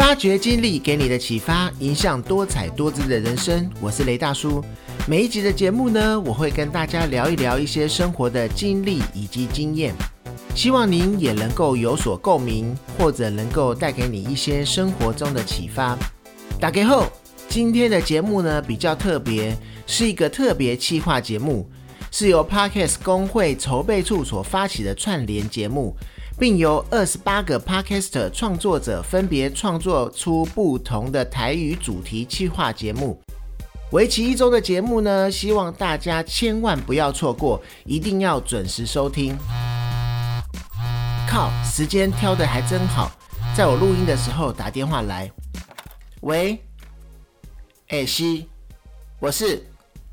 发掘经历给你的启发，影响多彩多姿的人生。我是雷大叔。每一集的节目呢，我会跟大家聊一聊一些生活的经历以及经验，希望您也能够有所共鸣，或者能够带给你一些生活中的启发。大家好，今天的节目呢比较特别，是一个特别企划节目，是由 Podcast 工会筹备处所发起的串联节目，并由28个 Podcaster 创作者分别创作出不同的台语主题企划节目。为期1周的节目呢，希望大家千万不要错过，一定要准时收听。靠，时间挑得还真好，在我录音的时候打电话来。喂，西，我是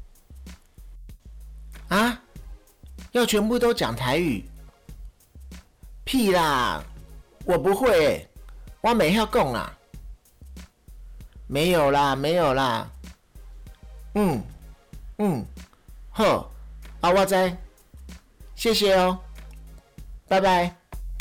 啊，要全部都讲台语？屁啦，我不会我没晓讲啦。没有啦。好，我知，谢谢哦，拜拜。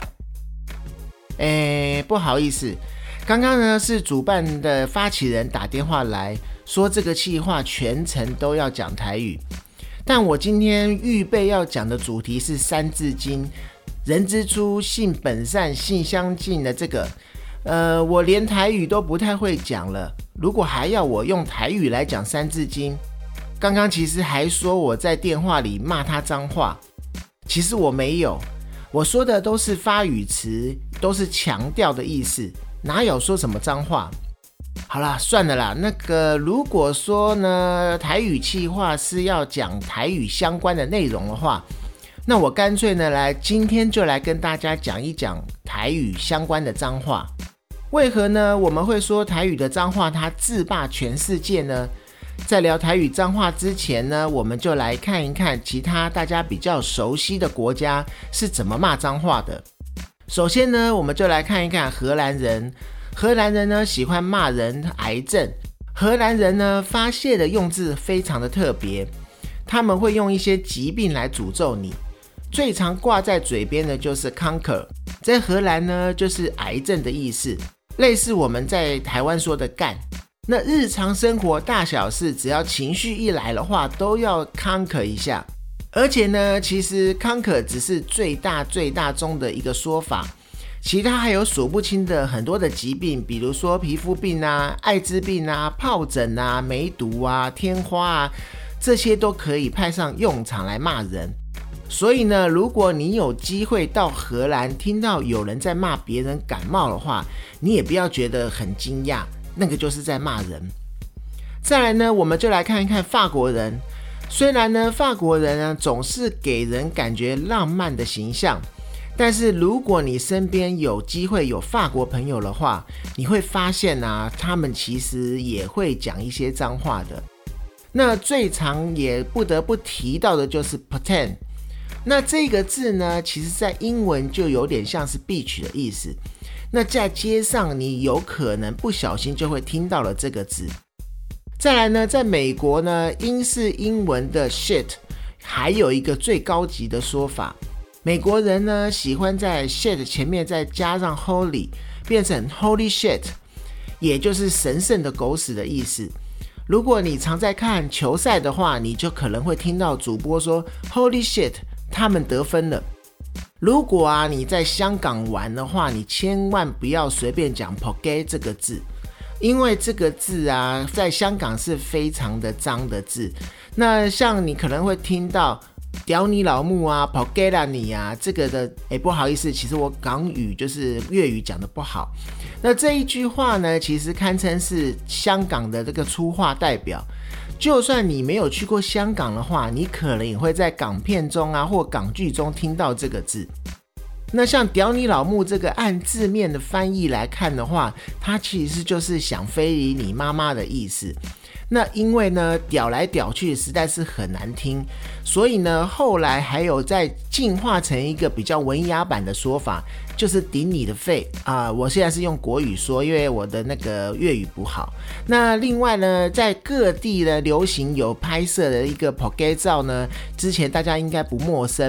不好意思，刚刚呢是主办的发起人打电话来说，这个企划全程都要讲台语，但我今天预备要讲的主题是三字经，人之初，性本善，性相近的这个，我连台语都不太会讲了，如果还要我用台语来讲三字经，刚刚其实还说我在电话里骂他脏话，其实我没有，我说的都是发语词，都是强调的意思，哪有说什么脏话。好啦，算了啦，如果说呢台语企划是要讲台语相关的内容的话，那我干脆呢今天就来跟大家讲一讲台语相关的脏话。为何呢我们会说台语的脏话它制霸全世界呢？在聊台语脏话之前呢，我们就来看一看其他大家比较熟悉的国家是怎么骂脏话的。首先呢，我们就来看一看荷兰人。荷兰人呢喜欢骂人癌症，荷兰人呢发泄的用字非常的特别，他们会用一些疾病来诅咒你。最常挂在嘴边的就是 cancer， 在荷兰呢就是癌症的意思，类似我们在台湾说的干。那日常生活大小事，只要情绪一来的话，都要 conquer 一下。而且呢，其实 conquer 只是最大宗的一个说法，其他还有数不清的很多的疾病，比如说皮肤病啊、艾滋病啊、疱疹啊、梅毒啊、天花啊，这些都可以派上用场来骂人。所以呢，如果你有机会到荷兰听到有人在骂别人感冒的话，你也不要觉得很惊讶，那个就是在骂人。再来呢，我们就来看一看法国人。虽然呢，法国人呢总是给人感觉浪漫的形象，但是如果你身边有机会有法国朋友的话，你会发现啊，他们其实也会讲一些脏话的。那最常也不得不提到的就是 pretend。那这个字呢，其实在英文就有点像是 beach 的意思。那在街上你有可能不小心就会听到了这个字。再来呢，在美国呢，英式英文的 shit 还有一个最高级的说法，美国人呢喜欢在 shit 前面再加上 holy， 变成 holy shit， 也就是神圣的狗屎的意思。如果你常在看球赛的话，你就可能会听到主播说 holy shit， 他们得分了。如果你在香港玩的话，你千万不要随便讲 Poké 这个字，因为这个字在香港是非常的脏的字。那像你可能会听到屌你老母啊 Poké 啦你啊，这个的不好意思，其实我港语就是粤语讲的不好。那这一句话呢，其实堪称是香港的这个粗话代表。就算你没有去过香港的话，你可能也会在港片中或港剧中听到这个字。那像屌你老母这个按字面的翻译来看的话，它其实就是想非礼你妈妈的意思。那因为呢屌来屌去实在是很难听，所以呢后来还有再进化成一个比较文雅版的说法，就是顶你的肺我现在是用国语说，因为我的那个粤语不好。那另外呢，在各地呢流行有拍摄的一个 Poké 照呢，之前大家应该不陌生。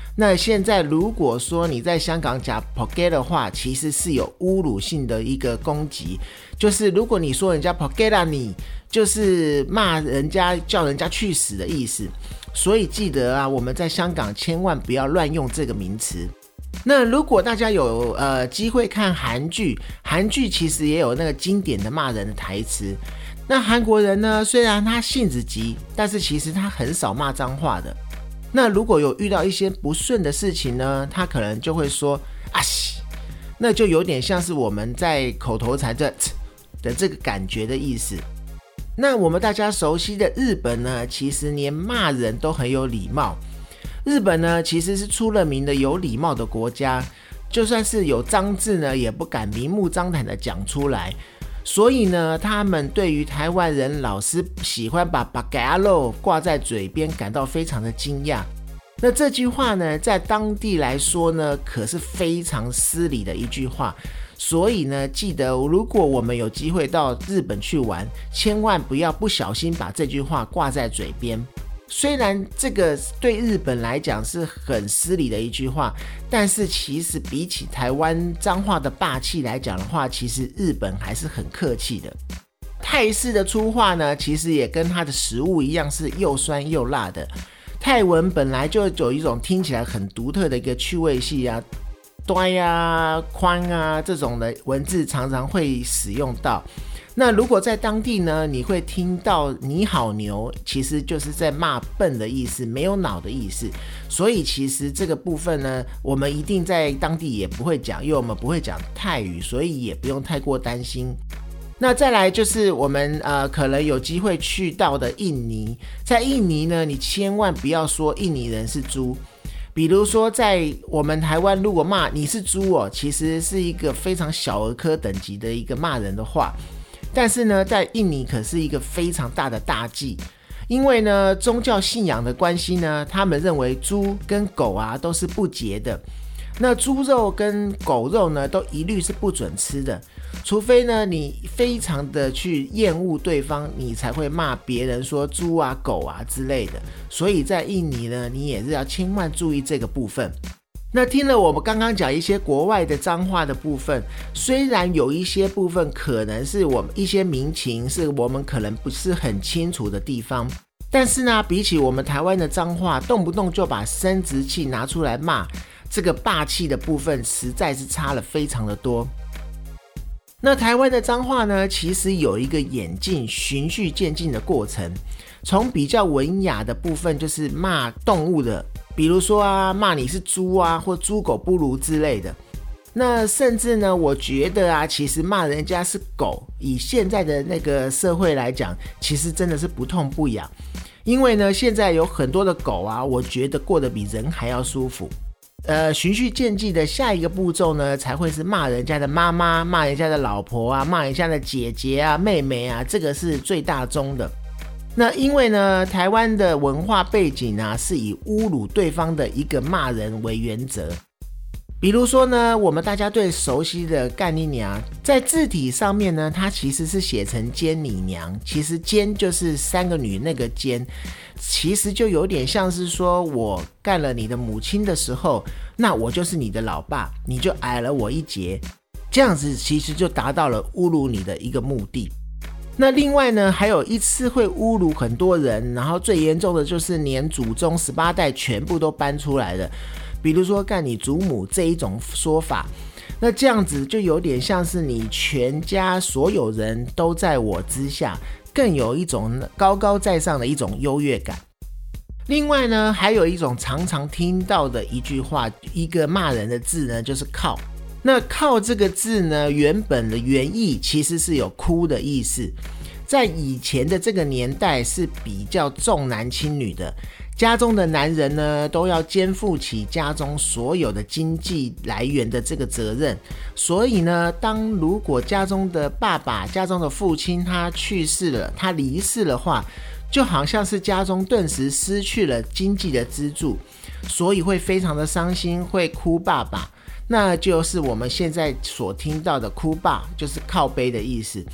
那现在如果说你在香港讲 Poke 的话，其实是有侮辱性的一个攻击，就是如果你说人家 Poke 啦，你就是骂人家叫人家去死的意思。所以记得啊，我们在香港千万不要乱用这个名词。那如果大家有机会看韩剧，韩剧其实也有那个经典的骂人的台词。那韩国人呢，虽然他性子急，但是其实他很少骂脏话的。那如果有遇到一些不顺的事情呢，他可能就会说啊西，那就有点像是我们在口头禅的这个感觉的意思。那我们大家熟悉的日本呢，其实连骂人都很有礼貌。日本呢，其实是出了名的有礼貌的国家，就算是有脏字呢，也不敢明目张胆的讲出来。所以呢，他们对于台湾人老是喜欢把巴嘎肉挂在嘴边感到非常的惊讶。那这句话呢，在当地来说呢，可是非常失礼的一句话。所以呢，记得如果我们有机会到日本去玩，千万不要不小心把这句话挂在嘴边。虽然这个对日本来讲是很失礼的一句话，但是其实比起台湾脏话的霸气来讲的话，其实日本还是很客气的。泰式的粗话呢，其实也跟它的食物一样，是又酸又辣的。泰文本来就有一种听起来很独特的一个趣味系啊，端啊、宽啊这种的文字常常会使用到。那如果在当地呢，你会听到你好牛，其实就是在骂笨的意思，没有脑的意思。所以其实这个部分呢，我们一定在当地也不会讲，因为我们不会讲泰语，所以也不用太过担心。那再来就是我们可能有机会去到的印尼，在印尼呢，你千万不要说印尼人是猪。比如说在我们台湾如果骂你是猪哦，其实是一个非常小儿科等级的一个骂人的话。但是呢，在印尼可是一个非常大的大忌，因为呢，宗教信仰的关系呢，他们认为猪跟狗啊都是不洁的。那猪肉跟狗肉呢，都一律是不准吃的，除非呢你非常的去厌恶对方，你才会骂别人说猪啊、狗啊之类的。所以在印尼呢，你也是要千万注意这个部分。那听了我们刚刚讲一些国外的脏话的部分，虽然有一些部分可能是我们一些民情是我们可能不是很清楚的地方，但是呢，比起我们台湾的脏话，动不动就把生殖器拿出来骂，这个霸气的部分实在是差了非常的多。那台湾的脏话呢，其实有一个演进循序渐进的过程，从比较文雅的部分就是骂动物的，比如说啊，骂你是猪啊，或猪狗不如之类的。那甚至呢，我觉得啊，其实骂人家是狗，以现在的那个社会来讲，其实真的是不痛不痒。因为呢，现在有很多的狗啊，我觉得过得比人还要舒服。循序渐进的下一个步骤呢，才会是骂人家的妈妈、骂人家的老婆啊、骂人家的姐姐啊、妹妹啊，这个是最大宗的。那因为呢，台湾的文化背景啊，是以侮辱对方的一个骂人为原则。比如说呢，我们大家最熟悉的干你娘，在字体上面呢，它其实是写成奸你娘，其实奸就是三个女那个奸，其实就有点像是说我干了你的母亲的时候，那我就是你的老爸，你就矮了我一截，这样子其实就达到了侮辱你的一个目的。那另外呢，还有一次会侮辱很多人，然后最严重的就是连祖宗18代全部都搬出来了，比如说干你祖母这一种说法，那这样子就有点像是你全家所有人都在我之下，更有一种高高在上的一种优越感。另外呢，还有一种常常听到的一句话，一个骂人的字呢，就是靠。那靠这个字呢，原本的原意其实是有哭的意思，在以前的这个年代是比较重男轻女的，家中的男人呢都要肩负起家中所有的经济来源的这个责任，所以呢，如果家中的爸爸、家中的父亲他去世了，他离世的话，就好像是家中顿时失去了经济的支柱，所以会非常的伤心，会哭爸爸。那就是我们现在所听到的哭爸，就是靠背的意思。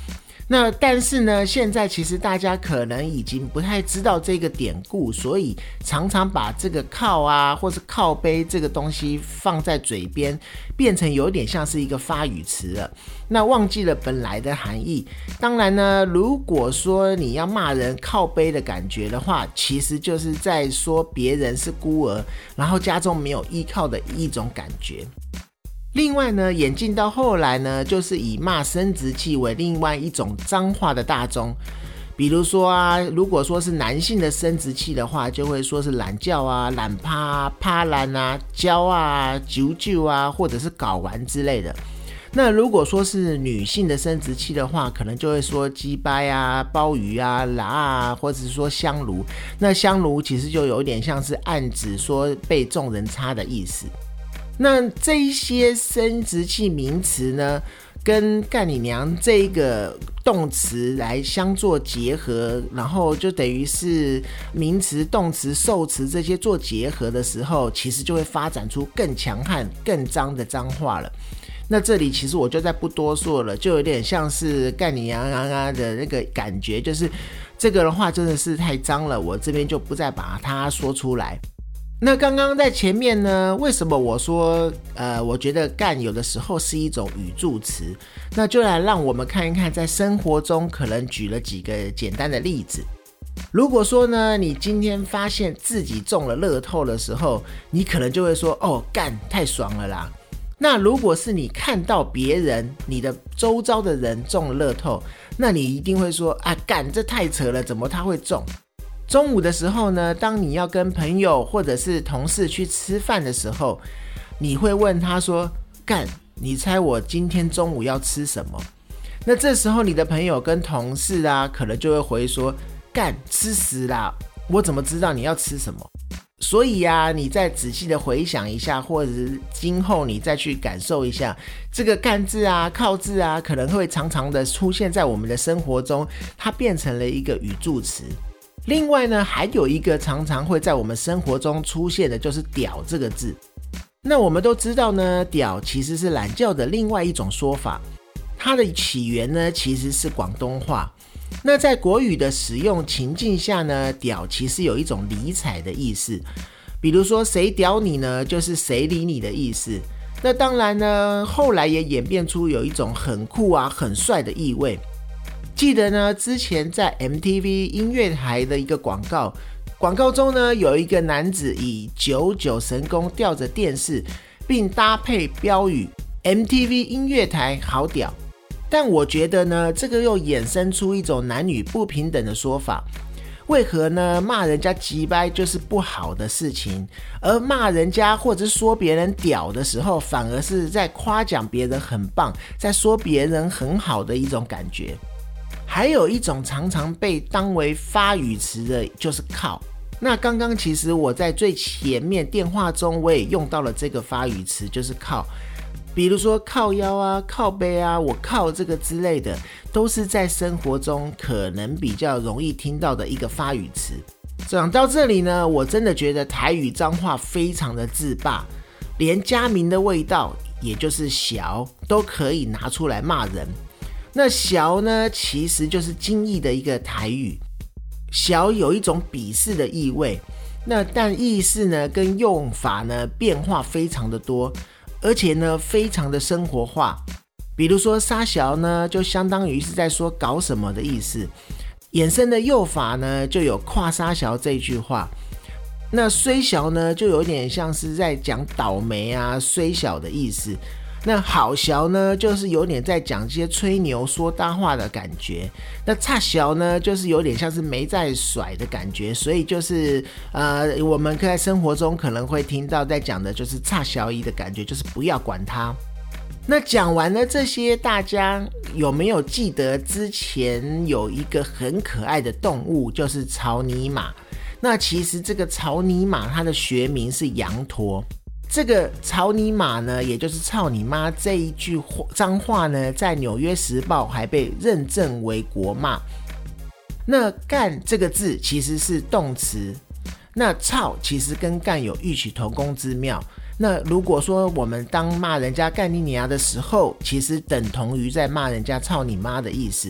那但是呢，现在其实大家可能已经不太知道这个典故，所以常常把这个靠啊或是靠背这个东西放在嘴边，变成有点像是一个发语词了，那忘记了本来的含义。当然呢，如果说你要骂人靠背的感觉的话，其实就是在说别人是孤儿，然后家中没有依靠的一种感觉。另外呢，演进到后来呢，就是以骂生殖器为另外一种脏话的大宗。比如说啊，如果说是男性的生殖器的话，就会说是懒觉啊、懒趴啊、趴懒啊、胶啊、啾啾啊，或者是睾丸之类的。那如果说是女性的生殖器的话，可能就会说鸡掰啊、鲍鱼啊、喇啊，或者是说香炉。那香炉其实就有点像是暗指说被众人插的意思。那这一些生殖器名词呢，跟干你娘这个动词来相做结合，然后就等于是名词、动词、受词这些做结合的时候，其实就会发展出更强悍、更脏的脏话了。那这里其实我就再不多说了，就有点像是干你娘啊的那个感觉，就是这个的话真的是太脏了，我这边就不再把它说出来。那刚刚在前面呢，为什么我说我觉得干有的时候是一种语助词，那就来让我们看一看在生活中可能举了几个简单的例子。如果说呢，你今天发现自己中了乐透的时候，你可能就会说哦，干太爽了啦。那如果是你看到别人，你的周遭的人中了乐透，那你一定会说啊，干这太扯了，怎么他会中？中午的时候呢，当你要跟朋友或者是同事去吃饭的时候，你会问他说，干，你猜我今天中午要吃什么？那这时候你的朋友跟同事啊，可能就会回说，干，吃屎啦，我怎么知道你要吃什么？所以啊，你再仔细的回想一下，或者是今后你再去感受一下，这个干字啊、靠字啊，可能会常常的出现在我们的生活中，它变成了一个语助词。另外呢，还有一个常常会在我们生活中出现的，就是屌这个字。那我们都知道呢，屌其实是懒觉的另外一种说法，它的起源呢其实是广东话。那在国语的使用情境下呢，屌其实有一种理睬的意思，比如说谁屌你呢，就是谁理你的意思。那当然呢，后来也演变出有一种很酷啊、很帅的意味。记得呢，之前在 MTV 音乐台的一个广告中呢，有一个男子以99神功吊着电视，并搭配标语 MTV 音乐台好屌。但我觉得呢，这个又衍生出一种男女不平等的说法。为何呢？骂人家鸡掰就是不好的事情，而骂人家或者说别人屌的时候，反而是在夸奖别人很棒，在说别人很好的一种感觉。还有一种常常被当为发语词的就是靠。那刚刚其实我在最前面电话中我也用到了这个发语词，就是靠。比如说靠腰啊、靠背啊、我靠这个之类的，都是在生活中可能比较容易听到的一个发语词。讲到这里呢，我真的觉得台语脏话非常的自霸，连家名的味道，也就是小，都可以拿出来骂人。那小呢，其实就是精义的一个台语，小有一种鄙视的意味，那但意思呢跟用法呢变化非常的多，而且呢非常的生活化。比如说杀小呢，就相当于是在说搞什么的意思，衍生的用法呢就有跨杀小这一句话。那衰小呢，就有点像是在讲倒霉啊、衰小的意思。那好小呢，就是有点在讲些吹牛说大话的感觉。那差小呢，就是有点像是没在甩的感觉。所以就是我们在生活中可能会听到在讲的就是差小一的感觉，就是不要管它。那讲完了这些，大家有没有记得之前有一个很可爱的动物，就是草泥马？那其实这个草泥马它的学名是羊驼。这个草泥马呢，也就是操你妈这一句脏话呢，在纽约时报还被认证为国骂。那干这个字其实是动词，那操其实跟干有异曲同工之妙。那如果说我们当骂人家干你娘的时候，其实等同于在骂人家操你妈的意思。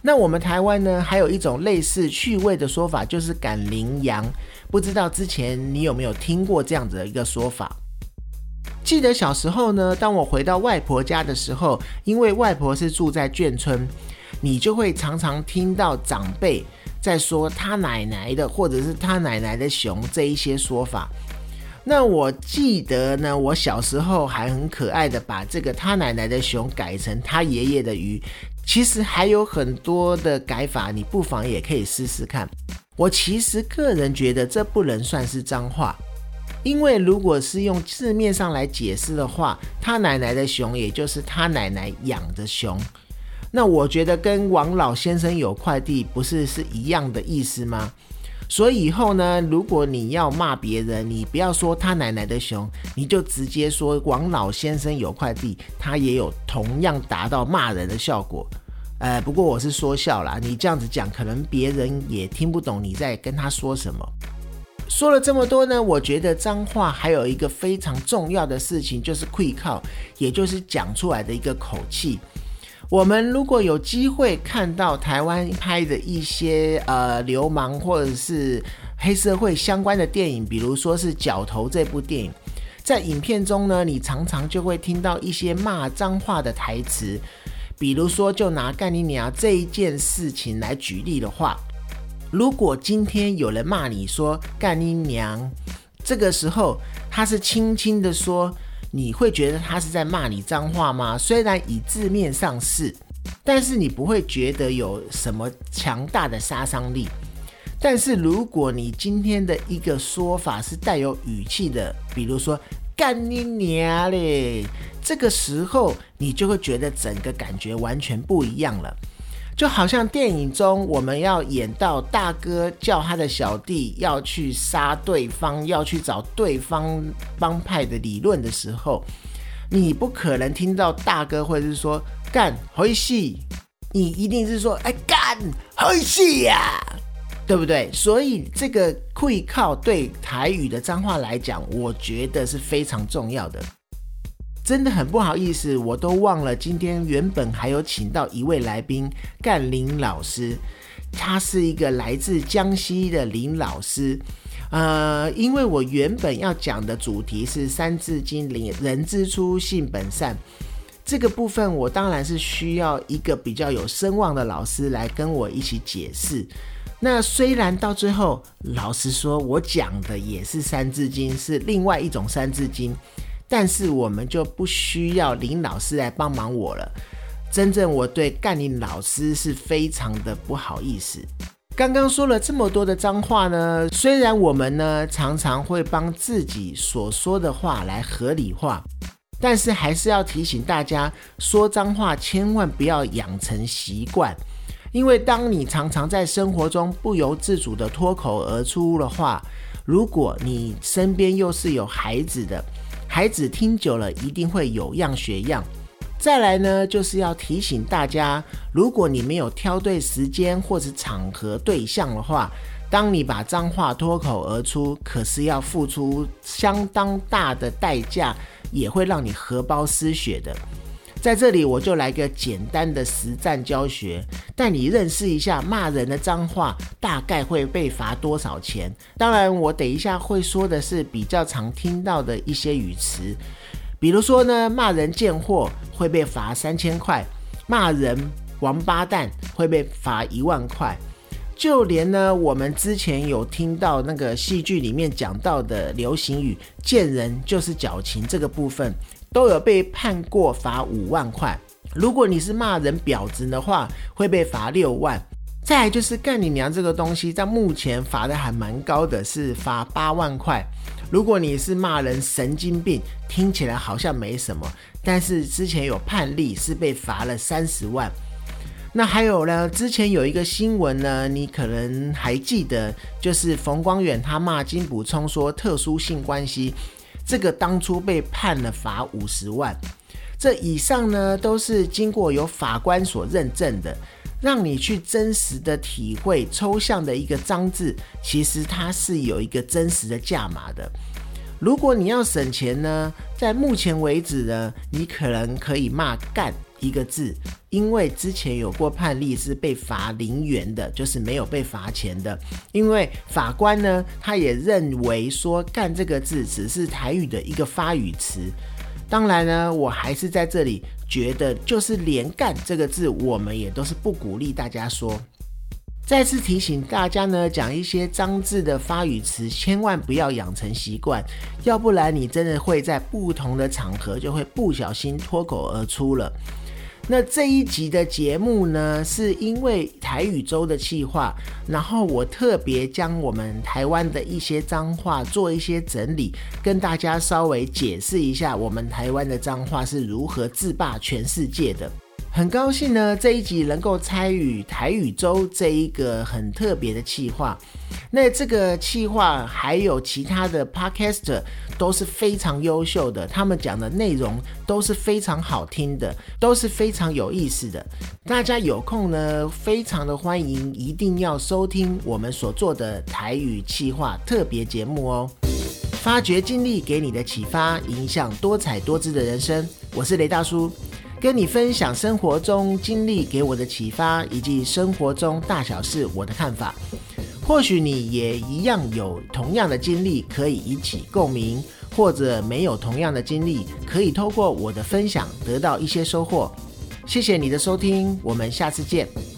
那我们台湾呢，还有一种类似趣味的说法，就是赶羚羊。不知道之前你有没有听过这样子的一个说法？记得小时候呢，当我回到外婆家的时候，因为外婆是住在眷村，你就会常常听到长辈在说他奶奶的或者是他奶奶的熊这一些说法。那我记得呢，我小时候还很可爱的把这个他奶奶的熊改成他爷爷的鱼。其实还有很多的改法，你不妨也可以试试看。我其实个人觉得这不能算是脏话，因为如果是用字面上来解释的话，他奶奶的熊也就是他奶奶养的熊。那我觉得跟王老先生有块地不是一样的意思吗？所以以后呢，如果你要骂别人，你不要说他奶奶的熊，你就直接说王老先生有块地，他也有同样达到骂人的效果。不过我是说笑啦，你这样子讲，可能别人也听不懂你在跟他说什么。说了这么多呢，我觉得脏话还有一个非常重要的事情，就是气口，也就是讲出来的一个口气。我们如果有机会看到台湾拍的一些流氓或者是黑社会相关的电影，比如说是《角头》这部电影，在影片中呢，你常常就会听到一些骂脏话的台词。比如说，就拿干你娘这一件事情来举例的话，如果今天有人骂你说干你娘，这个时候他是轻轻的说，你会觉得他是在骂你脏话吗？虽然以字面上是，但是你不会觉得有什么强大的杀伤力。但是如果你今天的一个说法是带有语气的，比如说干你娘嘞，这个时候你就会觉得整个感觉完全不一样了。就好像电影中我们要演到大哥叫他的小弟要去杀对方，要去找对方帮派的理论的时候，你不可能听到大哥会是说干回戏，你一定是说干回戏呀，对不对？所以这个气口对台语的脏话来讲，我觉得是非常重要的。真的很不好意思，我都忘了今天原本还有请到一位来宾干林老师，他是一个来自江西的林老师。因为我原本要讲的主题是三字经人之初性本善，这个部分我当然是需要一个比较有声望的老师来跟我一起解释。那虽然到最后老实说我讲的也是三字经，是另外一种三字经，但是我们就不需要林老师来帮忙我了。真正我对干林老师是非常的不好意思。刚刚说了这么多的脏话呢，虽然我们呢常常会帮自己所说的话来合理化，但是还是要提醒大家，说脏话千万不要养成习惯。因为当你常常在生活中不由自主的脱口而出的话，如果你身边又是有孩子的，孩子听久了一定会有样学样。再来呢，就是要提醒大家，如果你没有挑对时间或是场合对象的话，当你把脏话脱口而出，可是要付出相当大的代价，也会让你荷包失血的。在这里我就来个简单的实战教学，带你认识一下骂人的脏话大概会被罚多少钱。当然我等一下会说的是比较常听到的一些语词，比如说呢，骂人贱货会被罚3000块，骂人王八蛋会被罚1万块。就连呢我们之前有听到那个戏剧里面讲到的流行语见人就是矫情，这个部分都有被判过罚5万块。如果你是骂人婊子的话，会被罚6万。再来就是干你娘这个东西，在目前罚的还蛮高的，是罚8万块。如果你是骂人神经病，听起来好像没什么，但是之前有判例是被罚了30万。那还有呢，之前有一个新闻呢，你可能还记得，就是冯光远他骂金溥聪说特殊性关系，这个当初被判了罚50万。这以上呢都是经过由法官所认证的，让你去真实的体会抽象的一个脏字，其实它是有一个真实的价码的。 如果你要省钱呢，在目前为止呢，你可能可以骂干一个字，因为之前有过判例是被罚0元的，就是没有被罚钱的。因为法官呢，他也认为说干这个字只是台语的一个发语词。当然呢，我还是在这里觉得，就是连干这个字，我们也都是不鼓励大家说。再次提醒大家呢，讲一些脏字的发语词，千万不要养成习惯，要不然你真的会在不同的场合就会不小心脱口而出了。那这一集的节目呢，是因为台语周的企划，然后我特别将我们台湾的一些脏话做一些整理，跟大家稍微解释一下我们台湾的脏话是如何制霸全世界的。很高兴呢，这一集能够参与台语周这一个很特别的企划。那这个企划还有其他的 podcaster 都是非常优秀的，他们讲的内容都是非常好听的，都是非常有意思的。大家有空呢，非常的欢迎，一定要收听我们所做的台语企划特别节目哦。发掘经历给你的启发，影响多彩多姿的人生。我是雷大叔，跟你分享生活中经历给我的启发，以及生活中大小事我的看法。或许你也一样有同样的经历，可以引起共鸣，或者没有同样的经历，可以透过我的分享得到一些收获。谢谢你的收听，我们下次见。